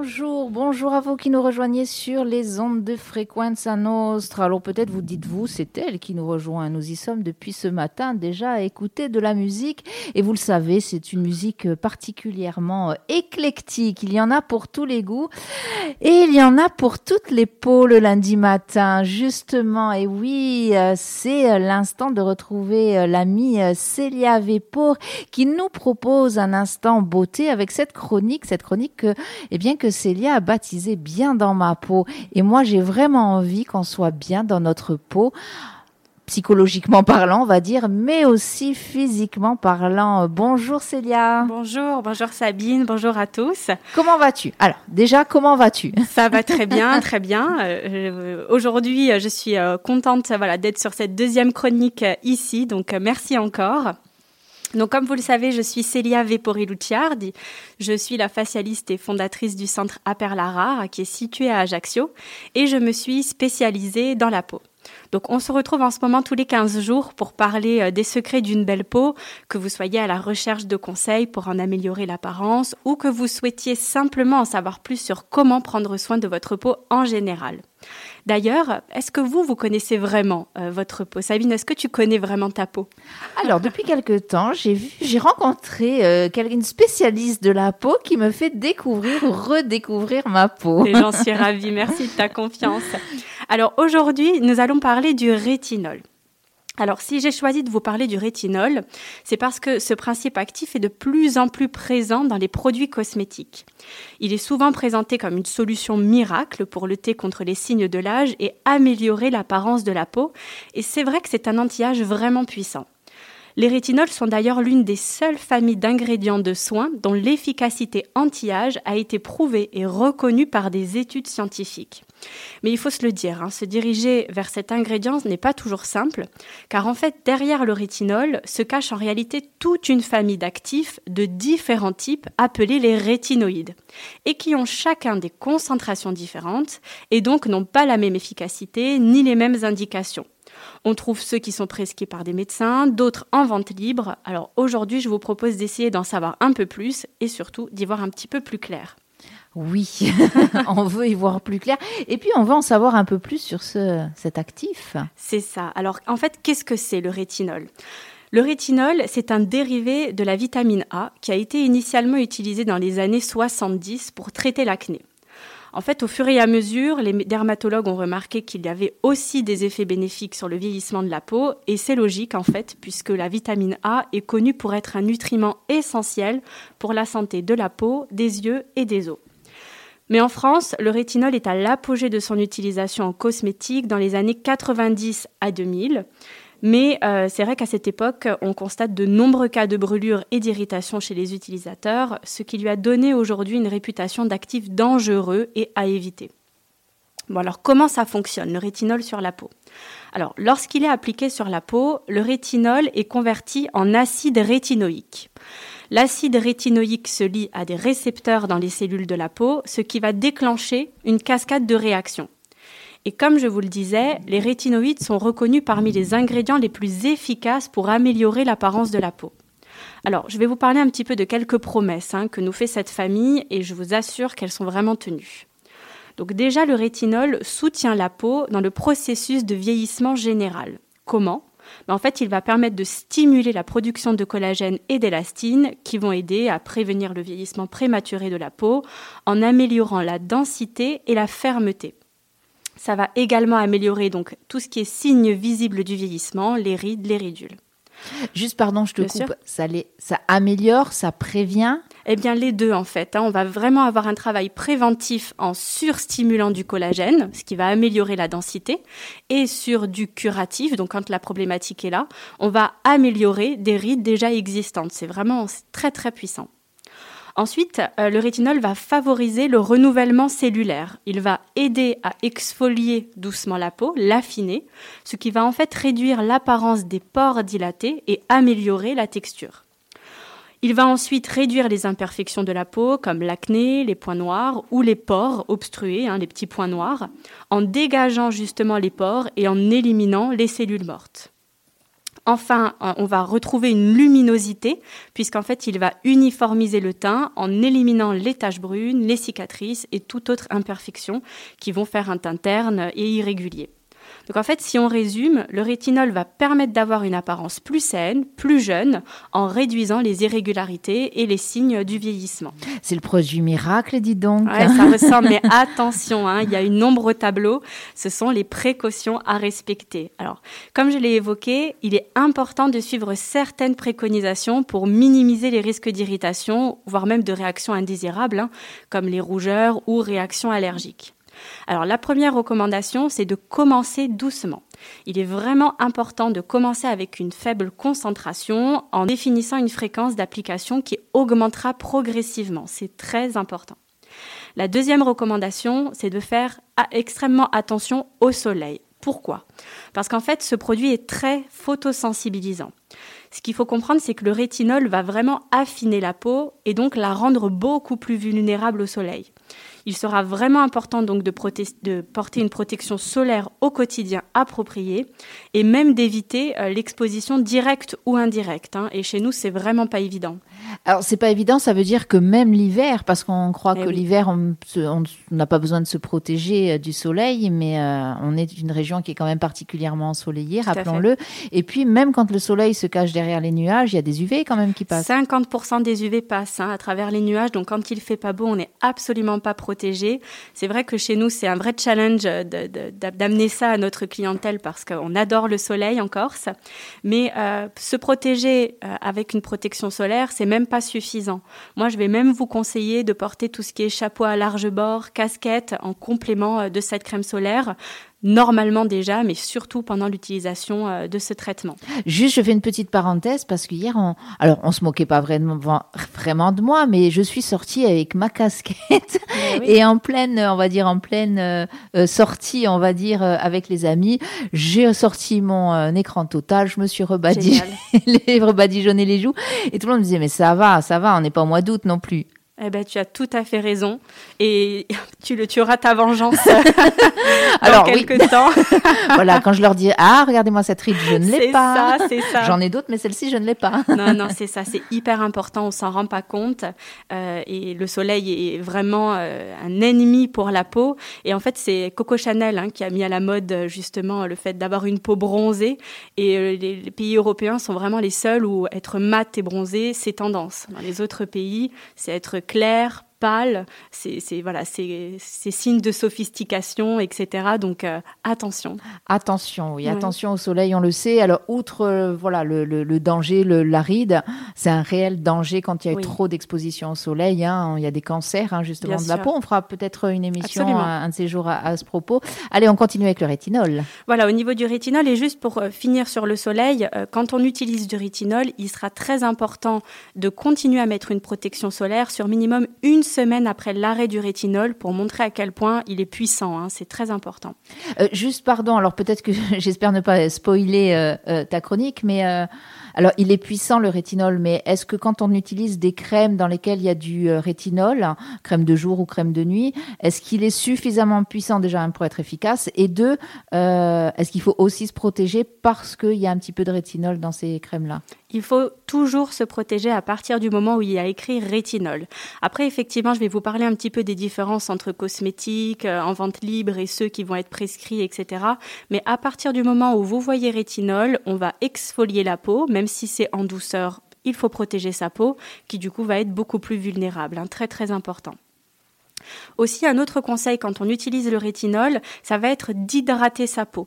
bonjour à vous qui nous rejoignez sur les ondes de Frequenza Nostra. Alors peut-être vous dites-vous, c'est elle qui nous rejoint. Nous y sommes depuis ce matin déjà à écouter de la musique. Et vous le savez, c'est une musique particulièrement éclectique. Il y en a pour tous les goûts et il y en a pour toutes les peaux le lundi matin, justement. Et oui, c'est l'instant de retrouver l'amie Célia Vepor qui nous propose un instant beauté avec cette chronique que Célia a baptisée Bien dans ma peau. Et moi, j'ai vraiment envie qu'on soit bien dans notre peau, psychologiquement parlant, on va dire, mais aussi physiquement parlant. Bonjour Célia. Bonjour Sabine, bonjour à tous. Comment vas-tu ? Alors, déjà, comment vas-tu ? Ça va très bien, très bien. Aujourd'hui, je suis contente d'être sur cette deuxième chronique ici, donc merci encore. Donc, comme vous le savez, je suis Célia Vepori-Luciardi. Je suis la facialiste et fondatrice du centre Aperlara, qui est situé à Ajaccio, et je me suis spécialisée dans la peau. Donc, on se retrouve en ce moment tous les 15 jours pour parler des secrets d'une belle peau, que vous soyez à la recherche de conseils pour en améliorer l'apparence ou que vous souhaitiez simplement en savoir plus sur comment prendre soin de votre peau en général. D'ailleurs, est-ce que vous connaissez vraiment votre peau ? Sabine, est-ce que tu connais vraiment ta peau ? Alors, depuis quelque temps, j'ai rencontré une spécialiste de la peau qui me fait découvrir ou redécouvrir ma peau. Et j'en suis ravie, merci de ta confiance. Alors, aujourd'hui, nous allons parler du rétinol. Alors, si j'ai choisi de vous parler du rétinol, c'est parce que ce principe actif est de plus en plus présent dans les produits cosmétiques. Il est souvent présenté comme une solution miracle pour lutter contre les signes de l'âge et améliorer l'apparence de la peau. Et c'est vrai que c'est un anti-âge vraiment puissant. Les rétinols sont d'ailleurs l'une des seules familles d'ingrédients de soins dont l'efficacité anti-âge a été prouvée et reconnue par des études scientifiques. Mais il faut se le dire, se diriger vers cet ingrédient n'est pas toujours simple, car en fait, derrière le rétinol se cache en réalité toute une famille d'actifs de différents types appelés les rétinoïdes, et qui ont chacun des concentrations différentes, et donc n'ont pas la même efficacité ni les mêmes indications. On trouve ceux qui sont prescrits par des médecins, d'autres en vente libre. Alors aujourd'hui, je vous propose d'essayer d'en savoir un peu plus et surtout d'y voir un petit peu plus clair. Oui, on veut y voir plus clair. Et puis, on veut en savoir un peu plus sur cet actif. C'est ça. Alors, en fait, qu'est-ce que c'est le rétinol ? Le rétinol, c'est un dérivé de la vitamine A qui a été initialement utilisé dans les années 70 pour traiter l'acné. En fait, au fur et à mesure, les dermatologues ont remarqué qu'il y avait aussi des effets bénéfiques sur le vieillissement de la peau, et c'est logique en fait, puisque la vitamine A est connue pour être un nutriment essentiel pour la santé de la peau, des yeux et des os. Mais en France, le rétinol est à l'apogée de son utilisation en cosmétique dans les années 90 à 2000. Mais c'est vrai qu'à cette époque, on constate de nombreux cas de brûlures et d'irritation chez les utilisateurs, ce qui lui a donné aujourd'hui une réputation d'actif dangereux et à éviter. Bon, alors comment ça fonctionne, le rétinol sur la peau ? Alors, lorsqu'il est appliqué sur la peau, le rétinol est converti en acide rétinoïque. L'acide rétinoïque se lie à des récepteurs dans les cellules de la peau, ce qui va déclencher une cascade de réactions. Et comme je vous le disais, les rétinoïdes sont reconnus parmi les ingrédients les plus efficaces pour améliorer l'apparence de la peau. Alors, je vais vous parler un petit peu de quelques promesses que nous fait cette famille et je vous assure qu'elles sont vraiment tenues. Donc déjà, le rétinol soutient la peau dans le processus de vieillissement général. Comment ? En fait, il va permettre de stimuler la production de collagène et d'élastine qui vont aider à prévenir le vieillissement prématuré de la peau en améliorant la densité et la fermeté. Ça va également améliorer donc tout ce qui est signe visible du vieillissement, les rides, les ridules. Juste, pardon, je te coupe, ça améliore, ça prévient ? Eh bien, les deux, en fait. On va vraiment avoir un travail préventif en surstimulant du collagène, ce qui va améliorer la densité, et sur du curatif, donc quand la problématique est là, on va améliorer des rides déjà existantes. C'est vraiment très, très puissant. Ensuite, le rétinol va favoriser le renouvellement cellulaire. Il va aider à exfolier doucement la peau, l'affiner, ce qui va en fait réduire l'apparence des pores dilatés et améliorer la texture. Il va ensuite réduire les imperfections de la peau, comme l'acné, les points noirs ou les pores obstrués, les petits points noirs, en dégageant justement les pores et en éliminant les cellules mortes. Enfin, on va retrouver une luminosité, puisqu'en fait, il va uniformiser le teint en éliminant les taches brunes, les cicatrices et toute autre imperfection qui vont faire un teint terne et irrégulier. Donc en fait, si on résume, le rétinol va permettre d'avoir une apparence plus saine, plus jeune, en réduisant les irrégularités et les signes du vieillissement. C'est le produit miracle, dis donc. Ouais, ça ressemble, mais attention, il y a une ombre au tableau, ce sont les précautions à respecter. Alors, comme je l'ai évoqué, il est important de suivre certaines préconisations pour minimiser les risques d'irritation, voire même de réactions indésirables, comme les rougeurs ou réactions allergiques. Alors la première recommandation, c'est de commencer doucement. Il est vraiment important de commencer avec une faible concentration en définissant une fréquence d'application qui augmentera progressivement. C'est très important. La deuxième recommandation, c'est de faire extrêmement attention au soleil. Pourquoi ? Parce qu'en fait, ce produit est très photosensibilisant. Ce qu'il faut comprendre, c'est que le rétinol va vraiment affiner la peau et donc la rendre beaucoup plus vulnérable au soleil. Il sera vraiment important donc de porter une protection solaire au quotidien appropriée et même d'éviter l'exposition directe ou indirecte. Et chez nous, c'est vraiment pas évident. Alors, c'est pas évident, ça veut dire que même l'hiver, parce qu'on croit que l'hiver, on n'a pas besoin de se protéger du soleil, mais on est une région qui est quand même particulièrement ensoleillée, rappelons-le. Et puis, même quand le soleil se cache derrière les nuages, il y a des UV quand même qui passent. 50% des UV passent à travers les nuages, donc quand il fait pas beau, on n'est absolument pas protégé. C'est vrai que chez nous, c'est un vrai challenge d'amener ça à notre clientèle parce qu'on adore le soleil en Corse, mais se protéger avec une protection solaire, c'est même pas suffisant. Moi, je vais même vous conseiller de porter tout ce qui est chapeau à large bord, casquette en complément de cette crème solaire. Normalement déjà, mais surtout pendant l'utilisation de ce traitement. Juste, je fais une petite parenthèse parce qu'hier, on se moquait pas vraiment de moi, mais je suis sortie avec ma casquette et en pleine sortie, on va dire, avec les amis, j'ai sorti mon écran total, je me suis rebadigeonné les joues et tout le monde me disait mais ça va, on n'est pas au mois d'août non plus. Eh ben, tu as tout à fait raison. Et tu auras ta vengeance dans quelques temps. Voilà, quand je leur dis « Ah, regardez-moi cette ride, je ne l'ai pas. » C'est ça. J'en ai d'autres, mais celle-ci, je ne l'ai pas. Non, c'est ça. C'est hyper important. On s'en rend pas compte. Et le soleil est vraiment un ennemi pour la peau. Et en fait, c'est Coco Chanel qui a mis à la mode justement le fait d'avoir une peau bronzée. Et les pays européens sont vraiment les seuls où être mat et bronzé, c'est tendance. Dans les autres pays, c'est être clair, pâle, c'est signe de sophistication, etc. Donc attention. Attention, oui, attention au soleil, on le sait. Alors outre le danger, la ride, c'est un réel danger quand il y a trop d'exposition au soleil. Il y a des cancers justement de la peau. On fera peut-être une émission un de ces jours à ce propos. Allez, on continue avec le rétinol. Voilà, au niveau du rétinol, et juste pour finir sur le soleil, quand on utilise du rétinol, il sera très important de continuer à mettre une protection solaire sur minimum une semaine après l'arrêt du rétinol pour montrer à quel point il est puissant. C'est très important. Juste, pardon, alors peut-être que j'espère ne pas spoiler ta chronique, mais alors il est puissant le rétinol, mais est-ce que quand on utilise des crèmes dans lesquelles il y a du rétinol, crème de jour ou crème de nuit, est-ce qu'il est suffisamment puissant déjà pour être efficace, et deux, est-ce qu'il faut aussi se protéger parce qu'il y a un petit peu de rétinol dans ces crèmes-là ? Il faut toujours se protéger à partir du moment où il y a écrit rétinol. Après, effectivement, je vais vous parler un petit peu des différences entre cosmétiques en vente libre et ceux qui vont être prescrits, etc. Mais à partir du moment où vous voyez rétinol, on va exfolier la peau, même si c'est en douceur, il faut protéger sa peau, qui du coup va être beaucoup plus vulnérable. Très, très important. Aussi, un autre conseil quand on utilise le rétinol, ça va être d'hydrater sa peau.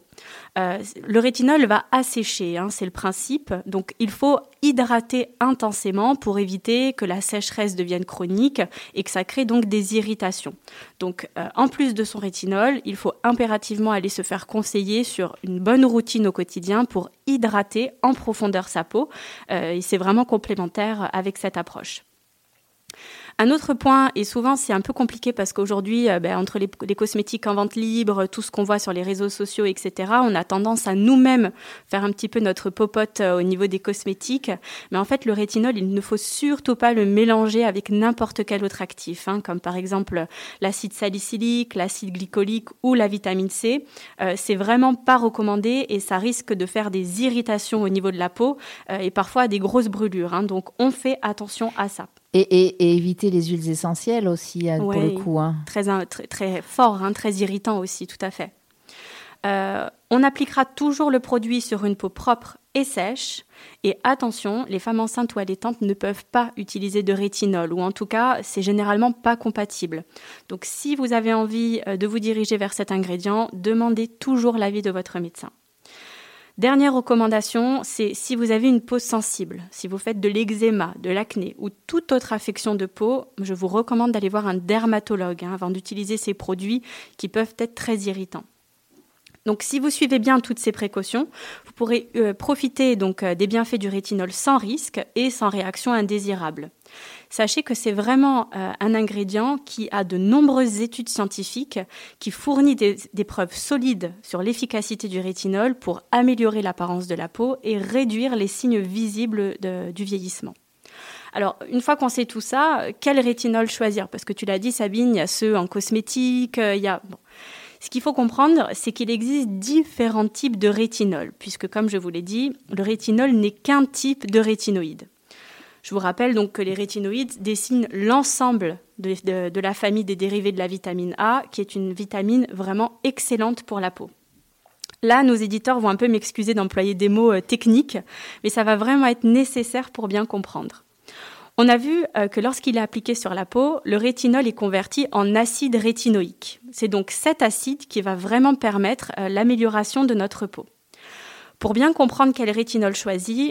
Le rétinol va assécher, c'est le principe. Donc, il faut hydrater intensément pour éviter que la sécheresse devienne chronique et que ça crée donc des irritations. Donc, en plus de son rétinol, il faut impérativement aller se faire conseiller sur une bonne routine au quotidien pour hydrater en profondeur sa peau. Et c'est vraiment complémentaire avec cette approche. Un autre point, et souvent c'est un peu compliqué parce qu'aujourd'hui, entre les cosmétiques en vente libre, tout ce qu'on voit sur les réseaux sociaux, etc., on a tendance à nous-mêmes faire un petit peu notre popote au niveau des cosmétiques. Mais en fait, le rétinol, il ne faut surtout pas le mélanger avec n'importe quel autre actif, comme par exemple l'acide salicylique, l'acide glycolique ou la vitamine C. C'est vraiment pas recommandé et ça risque de faire des irritations au niveau de la peau et parfois des grosses brûlures. Donc, on fait attention à ça. Et éviter les huiles essentielles aussi, pour le coup. Très fort, très irritant aussi, tout à fait. On appliquera toujours le produit sur une peau propre et sèche. Et attention, les femmes enceintes ou allaitantes ne peuvent pas utiliser de rétinol, ou en tout cas, c'est généralement pas compatible. Donc, si vous avez envie de vous diriger vers cet ingrédient, demandez toujours l'avis de votre médecin. Dernière recommandation, c'est si vous avez une peau sensible, si vous faites de l'eczéma, de l'acné ou toute autre affection de peau, je vous recommande d'aller voir un dermatologue avant d'utiliser ces produits qui peuvent être très irritants. Donc, si vous suivez bien toutes ces précautions, vous pourrez profiter donc des bienfaits du rétinol sans risque et sans réaction indésirable. Sachez que c'est vraiment un ingrédient qui a de nombreuses études scientifiques, qui fournit des preuves solides sur l'efficacité du rétinol pour améliorer l'apparence de la peau et réduire les signes visibles du vieillissement. Alors, une fois qu'on sait tout ça, quel rétinol choisir ? Parce que tu l'as dit, Sabine, il y a ceux en cosmétique, Ce qu'il faut comprendre, c'est qu'il existe différents types de rétinol, puisque comme je vous l'ai dit, le rétinol n'est qu'un type de rétinoïde. Je vous rappelle donc que les rétinoïdes dessinent l'ensemble de la famille des dérivés de la vitamine A, qui est une vitamine vraiment excellente pour la peau. Là, nos éditeurs vont un peu m'excuser d'employer des mots techniques, mais ça va vraiment être nécessaire pour bien comprendre. On a vu que lorsqu'il est appliqué sur la peau, le rétinol est converti en acide rétinoïque. C'est donc cet acide qui va vraiment permettre l'amélioration de notre peau. Pour bien comprendre quel rétinol choisir,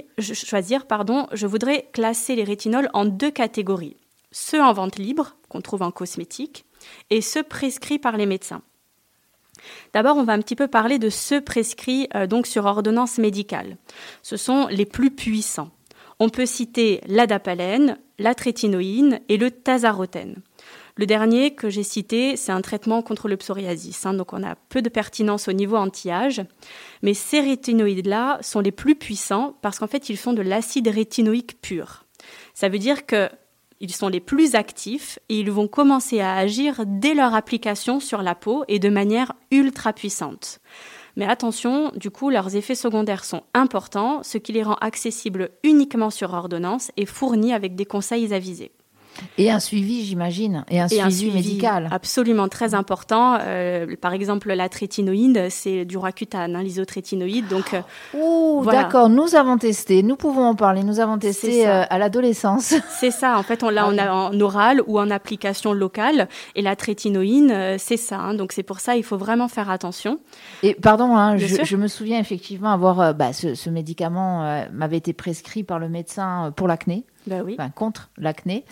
je voudrais classer les rétinols en 2 catégories. Ceux en vente libre, qu'on trouve en cosmétique, et ceux prescrits par les médecins. D'abord, on va un petit peu parler de ceux prescrits donc sur ordonnance médicale. Ce sont les plus puissants. On peut citer l'adapalène, la trétinoïne et le tazarotène. Le dernier que j'ai cité, c'est un traitement contre le psoriasis. Donc on a peu de pertinence au niveau anti-âge. Mais ces rétinoïdes-là sont les plus puissants parce qu'en fait, ils sont de l'acide rétinoïque pur. Ça veut dire qu'ils sont les plus actifs et ils vont commencer à agir dès leur application sur la peau et de manière ultra puissante. Mais attention, du coup, leurs effets secondaires sont importants, ce qui les rend accessibles uniquement sur ordonnance et fournis avec des conseils avisés. Et un suivi, j'imagine, et un suivi médical. Absolument, très important. Par exemple, la trétinoïde, c'est du roaccutane, l'isotrétinoïde. Donc, voilà. D'accord, nous avons testé, nous pouvons en parler, nous avons testé à l'adolescence. C'est ça, en fait, on a en oral ou en application locale. Et la trétinoïde, c'est ça. Donc, c'est pour ça, il faut vraiment faire attention. Et pardon, je me souviens effectivement avoir, ce médicament m'avait été prescrit par le médecin pour l'acné. Oui. Enfin, contre l'acné.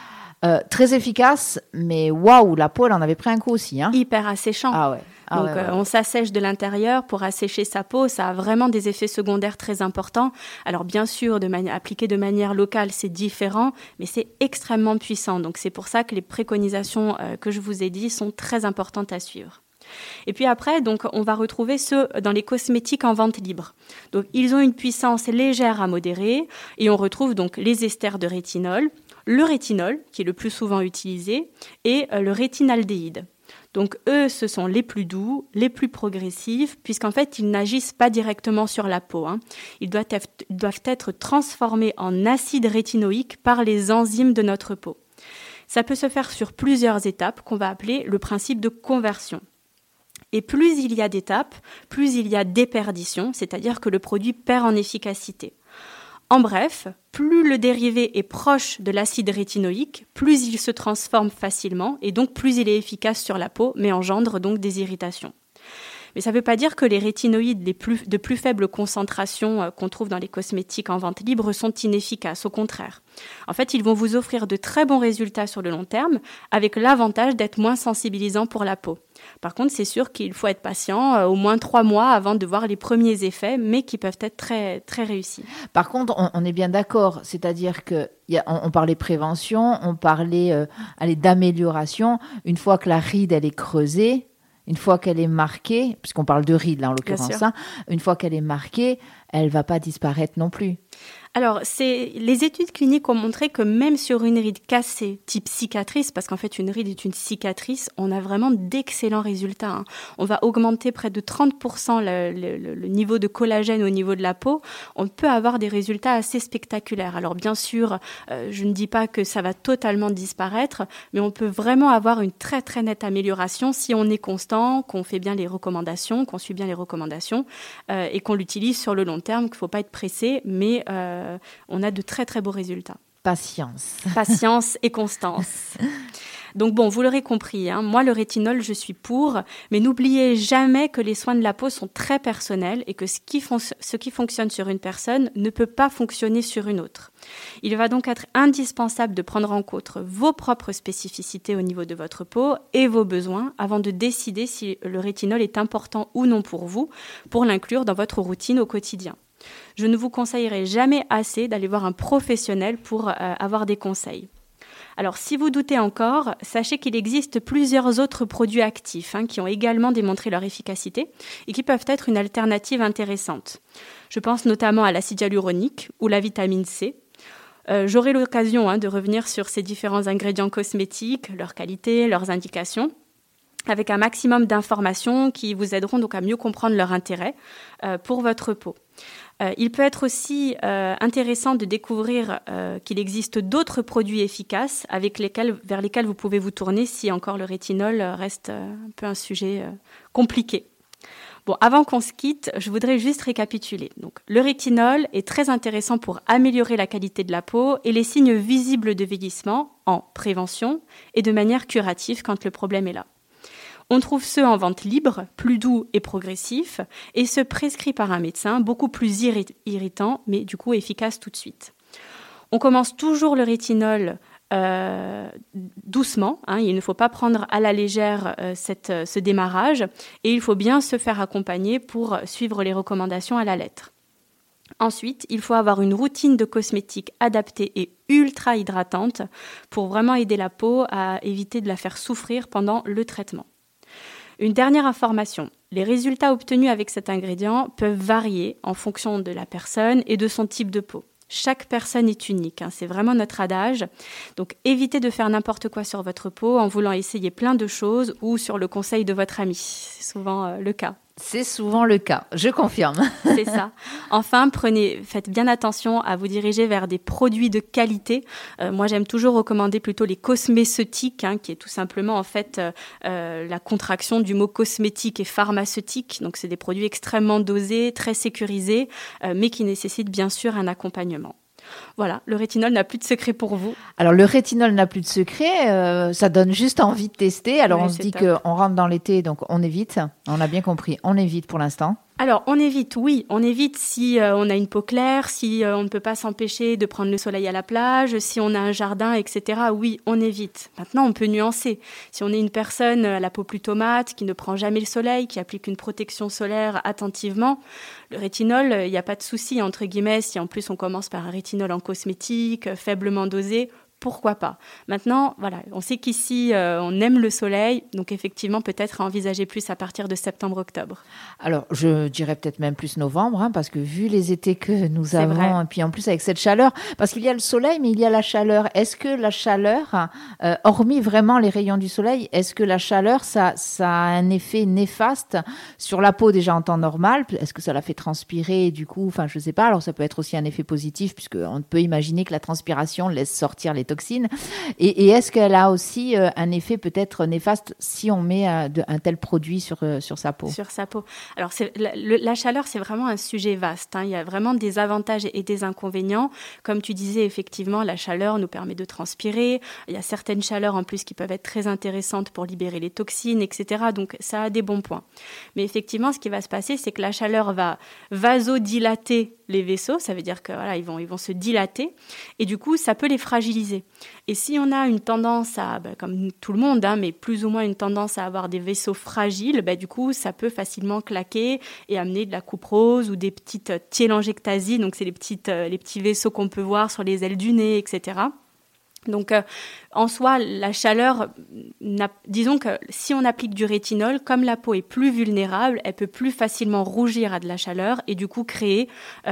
Très efficace, mais waouh, la peau, elle en avait pris un coup aussi. Hyper asséchant. Ah ouais. Donc, on s'assèche de l'intérieur pour assécher sa peau. Ça a vraiment des effets secondaires très importants. Alors, bien sûr, appliqué de manière locale, c'est différent, mais c'est extrêmement puissant. Donc, c'est pour ça que les préconisations que je vous ai dit sont très importantes à suivre. Et puis après, donc, on va retrouver ceux dans les cosmétiques en vente libre. Donc, ils ont une puissance légère à modérée et on retrouve donc les esters de rétinol, le rétinol, qui est le plus souvent utilisé, et le rétinaldéhyde. Donc, eux, ce sont les plus doux, les plus progressifs, puisqu'en fait, ils n'agissent pas directement sur la peau. Ils doivent être transformés en acide rétinoïque par les enzymes de notre peau. Ça peut se faire sur plusieurs étapes qu'on va appeler le principe de conversion. Et plus il y a d'étapes, plus il y a déperdition, c'est-à-dire que le produit perd en efficacité. En bref, plus le dérivé est proche de l'acide rétinoïque, plus il se transforme facilement et donc plus il est efficace sur la peau, mais engendre donc des irritations. Mais ça ne veut pas dire que les rétinoïdes de plus faible concentration qu'on trouve dans les cosmétiques en vente libre sont inefficaces. Au contraire. En fait, ils vont vous offrir de très bons résultats sur le long terme, avec l'avantage d'être moins sensibilisants pour la peau. Par contre, c'est sûr qu'il faut être patient, au moins 3 mois avant de voir les premiers effets, mais qui peuvent être très, très réussis. Par contre, on est bien d'accord, c'est-à-dire qu'on parlait prévention, on parlait d'amélioration. Une fois que la ride, elle est creusée, une fois qu'elle est marquée, puisqu'on parle de ride là en l'occurrence, une fois qu'elle est marquée, elle ne va pas disparaître non plus. Alors, les études cliniques ont montré que même sur une ride cassée, type cicatrice, parce qu'en fait, une ride est une cicatrice, on a vraiment d'excellents résultats. On va augmenter près de 30% le niveau de collagène au niveau de la peau. On peut avoir des résultats assez spectaculaires. Alors, bien sûr, je ne dis pas que ça va totalement disparaître, mais on peut vraiment avoir une très, très nette amélioration si on est constant, qu'on fait bien les recommandations, qu'on suit bien les recommandations et qu'on l'utilise sur le long terme, qu'il ne faut pas être pressé, mais on a de très très beaux résultats. Patience et constance. Donc bon, vous l'aurez compris, moi le rétinol je suis pour, mais n'oubliez jamais que les soins de la peau sont très personnels et que ce qui fonctionne sur une personne ne peut pas fonctionner sur une autre. Il va donc être indispensable de prendre en compte vos propres spécificités au niveau de votre peau et vos besoins avant de décider si le rétinol est important ou non pour vous, pour l'inclure dans votre routine au quotidien. Je ne vous conseillerai jamais assez d'aller voir un professionnel pour avoir des conseils. Alors, si vous doutez encore, sachez qu'il existe plusieurs autres produits actifs qui ont également démontré leur efficacité et qui peuvent être une alternative intéressante. Je pense notamment à l'acide hyaluronique ou la vitamine C. J'aurai l'occasion de revenir sur ces différents ingrédients cosmétiques, leurs qualités, leurs indications, avec un maximum d'informations qui vous aideront donc à mieux comprendre leur intérêt pour votre peau. Il peut être aussi intéressant de découvrir qu'il existe d'autres produits efficaces vers lesquels vous pouvez vous tourner si encore le rétinol reste un peu un sujet compliqué. Bon, avant qu'on se quitte, je voudrais juste récapituler. Donc, le rétinol est très intéressant pour améliorer la qualité de la peau et les signes visibles de vieillissement en prévention et de manière curative quand le problème est là. On trouve ceux en vente libre, plus doux et progressifs, et ceux prescrits par un médecin, beaucoup plus irritants, mais du coup efficaces tout de suite. On commence toujours le rétinol doucement, il ne faut pas prendre à la légère ce démarrage, et il faut bien se faire accompagner pour suivre les recommandations à la lettre. Ensuite, il faut avoir une routine de cosmétiques adaptée et ultra hydratante pour vraiment aider la peau à éviter de la faire souffrir pendant le traitement. Une dernière information, les résultats obtenus avec cet ingrédient peuvent varier en fonction de la personne et de son type de peau. Chaque personne est unique, c'est vraiment notre adage. Donc évitez de faire n'importe quoi sur votre peau en voulant essayer plein de choses ou sur le conseil de votre ami. C'est souvent le cas. C'est souvent le cas, je confirme. C'est ça. Enfin, faites bien attention à vous diriger vers des produits de qualité. Moi, j'aime toujours recommander plutôt les cosméceutiques, qui est tout simplement en fait la contraction du mot cosmétique et pharmaceutique. Donc, c'est des produits extrêmement dosés, très sécurisés, mais qui nécessitent bien sûr un accompagnement. Voilà, le rétinol n'a plus de secret pour vous. Alors, le rétinol n'a plus de secret, ça donne juste envie de tester. Alors, on se dit qu'on rentre dans l'été, donc on évite. On a bien compris, on évite pour l'instant. Alors, on évite, oui. On évite si on a une peau claire, si on ne peut pas s'empêcher de prendre le soleil à la plage, si on a un jardin, etc. Oui, on évite. Maintenant, on peut nuancer. Si on est une personne à la peau plutôt mate, qui ne prend jamais le soleil, qui applique une protection solaire attentivement, le rétinol, il n'y a pas de souci, entre guillemets, si en plus on commence par un rétinol en cosmétique, faiblement dosé, pourquoi pas. Maintenant, voilà, on sait qu'ici, on aime le soleil, donc effectivement, peut-être à envisager plus à partir de septembre-octobre. Alors, je dirais peut-être même plus novembre, parce que vu les étés que nous avons, et puis en plus avec cette chaleur, parce qu'il y a le soleil, mais il y a la chaleur. Est-ce que la chaleur, hormis vraiment les rayons du soleil, est-ce que la chaleur, ça a un effet néfaste sur la peau déjà en temps normal? Est-ce que ça la fait transpirer et du coup, je sais pas, alors ça peut être aussi un effet positif, puisqu'on peut imaginer que la transpiration laisse sortir les toxines. Et est-ce qu'elle a aussi un effet peut-être néfaste si on met un tel produit sur sa peau? Sur sa peau. Alors, la chaleur, c'est vraiment un sujet vaste. Il y a vraiment des avantages et des inconvénients. Comme tu disais, effectivement, la chaleur nous permet de transpirer. Il y a certaines chaleurs en plus qui peuvent être très intéressantes pour libérer les toxines, etc. Donc, ça a des bons points. Mais effectivement, ce qui va se passer, c'est que la chaleur va vasodilater les vaisseaux. Ça veut dire que voilà, ils vont se dilater. Et du coup, ça peut les fragiliser. Et si on a une tendance comme tout le monde, mais plus ou moins une tendance à avoir des vaisseaux fragiles, du coup, ça peut facilement claquer et amener de la couperose ou des petites télangiectasies. Donc, c'est les petits vaisseaux qu'on peut voir sur les ailes du nez, etc. Donc, en soi, la chaleur, disons que si on applique du rétinol, comme la peau est plus vulnérable, elle peut plus facilement rougir à de la chaleur et du coup créer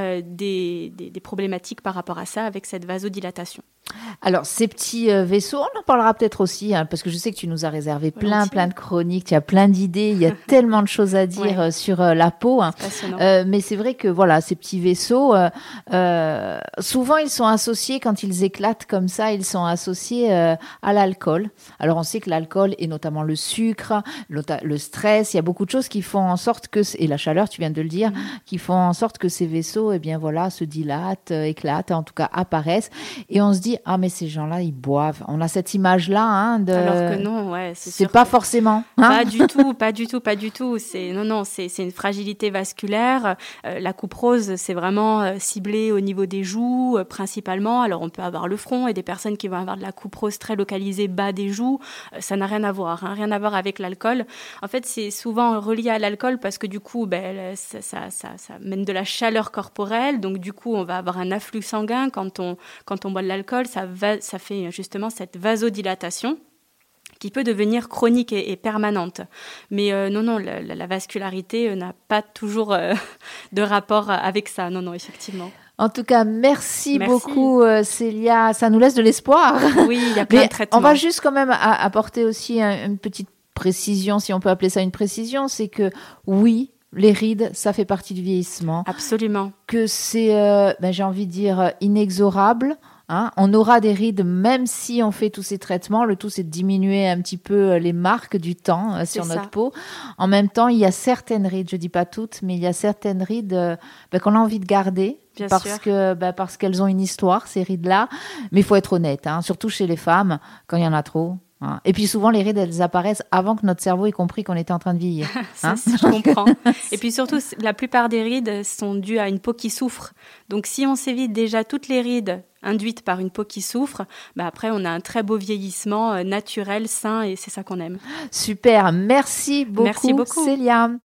des problématiques par rapport à ça avec cette vasodilatation. Alors, ces petits vaisseaux, on en parlera peut-être aussi, parce que je sais que tu nous as réservé plein de chroniques, tu as plein d'idées, il y a tellement de choses à dire sur la peau. Mais c'est vrai que voilà, ces petits vaisseaux, souvent ils sont associés, quand ils éclatent comme ça, ils sont associés à l'alcool. Alors, on sait que l'alcool, et notamment le sucre, le stress, il y a beaucoup de choses qui font en sorte que, et la chaleur, tu viens de le dire, qui font en sorte que ces vaisseaux, se dilatent, éclatent, en tout cas apparaissent. Et on se dit, mais ces gens-là, ils boivent. On a cette image-là. Alors que non, c'est pas forcément. Pas du tout. C'est une fragilité vasculaire. La couperose, c'est vraiment ciblé au niveau des joues, principalement. Alors, on peut avoir le front et des personnes qui vont avoir de la couperose très localisée bas des joues. Ça n'a rien à voir, rien à voir avec l'alcool. En fait, c'est souvent relié à l'alcool parce que du coup, ça mène de la chaleur corporelle. Donc, du coup, on va avoir un afflux sanguin quand on boit de l'alcool. Ça fait justement cette vasodilatation qui peut devenir chronique et permanente. Mais non, la vascularité n'a pas toujours de rapport avec ça. Non, effectivement. En tout cas, merci beaucoup Célia. Ça nous laisse de l'espoir. Oui, il y a plein de traitements. On va juste quand même apporter aussi une petite précision, si on peut appeler ça une précision, c'est que oui, les rides, ça fait partie du vieillissement. Absolument. Que c'est, j'ai envie de dire, inexorable. On aura des rides même si on fait tous ces traitements. Le tout, c'est de diminuer un petit peu les marques du temps sur notre peau. En même temps, il y a certaines rides, je dis pas toutes, mais il y a certaines rides qu'on a envie de garder. Parce qu'elles ont une histoire, ces rides-là. Mais il faut être honnête, surtout chez les femmes, quand il y en a trop. Et puis souvent, les rides, elles apparaissent avant que notre cerveau ait compris qu'on était en train de vieillir. Je comprends. Et puis surtout, la plupart des rides sont dues à une peau qui souffre. Donc si on s'évite déjà toutes les rides induites par une peau qui souffre, après on a un très beau vieillissement naturel, sain, et c'est ça qu'on aime. Super, merci beaucoup. Célia.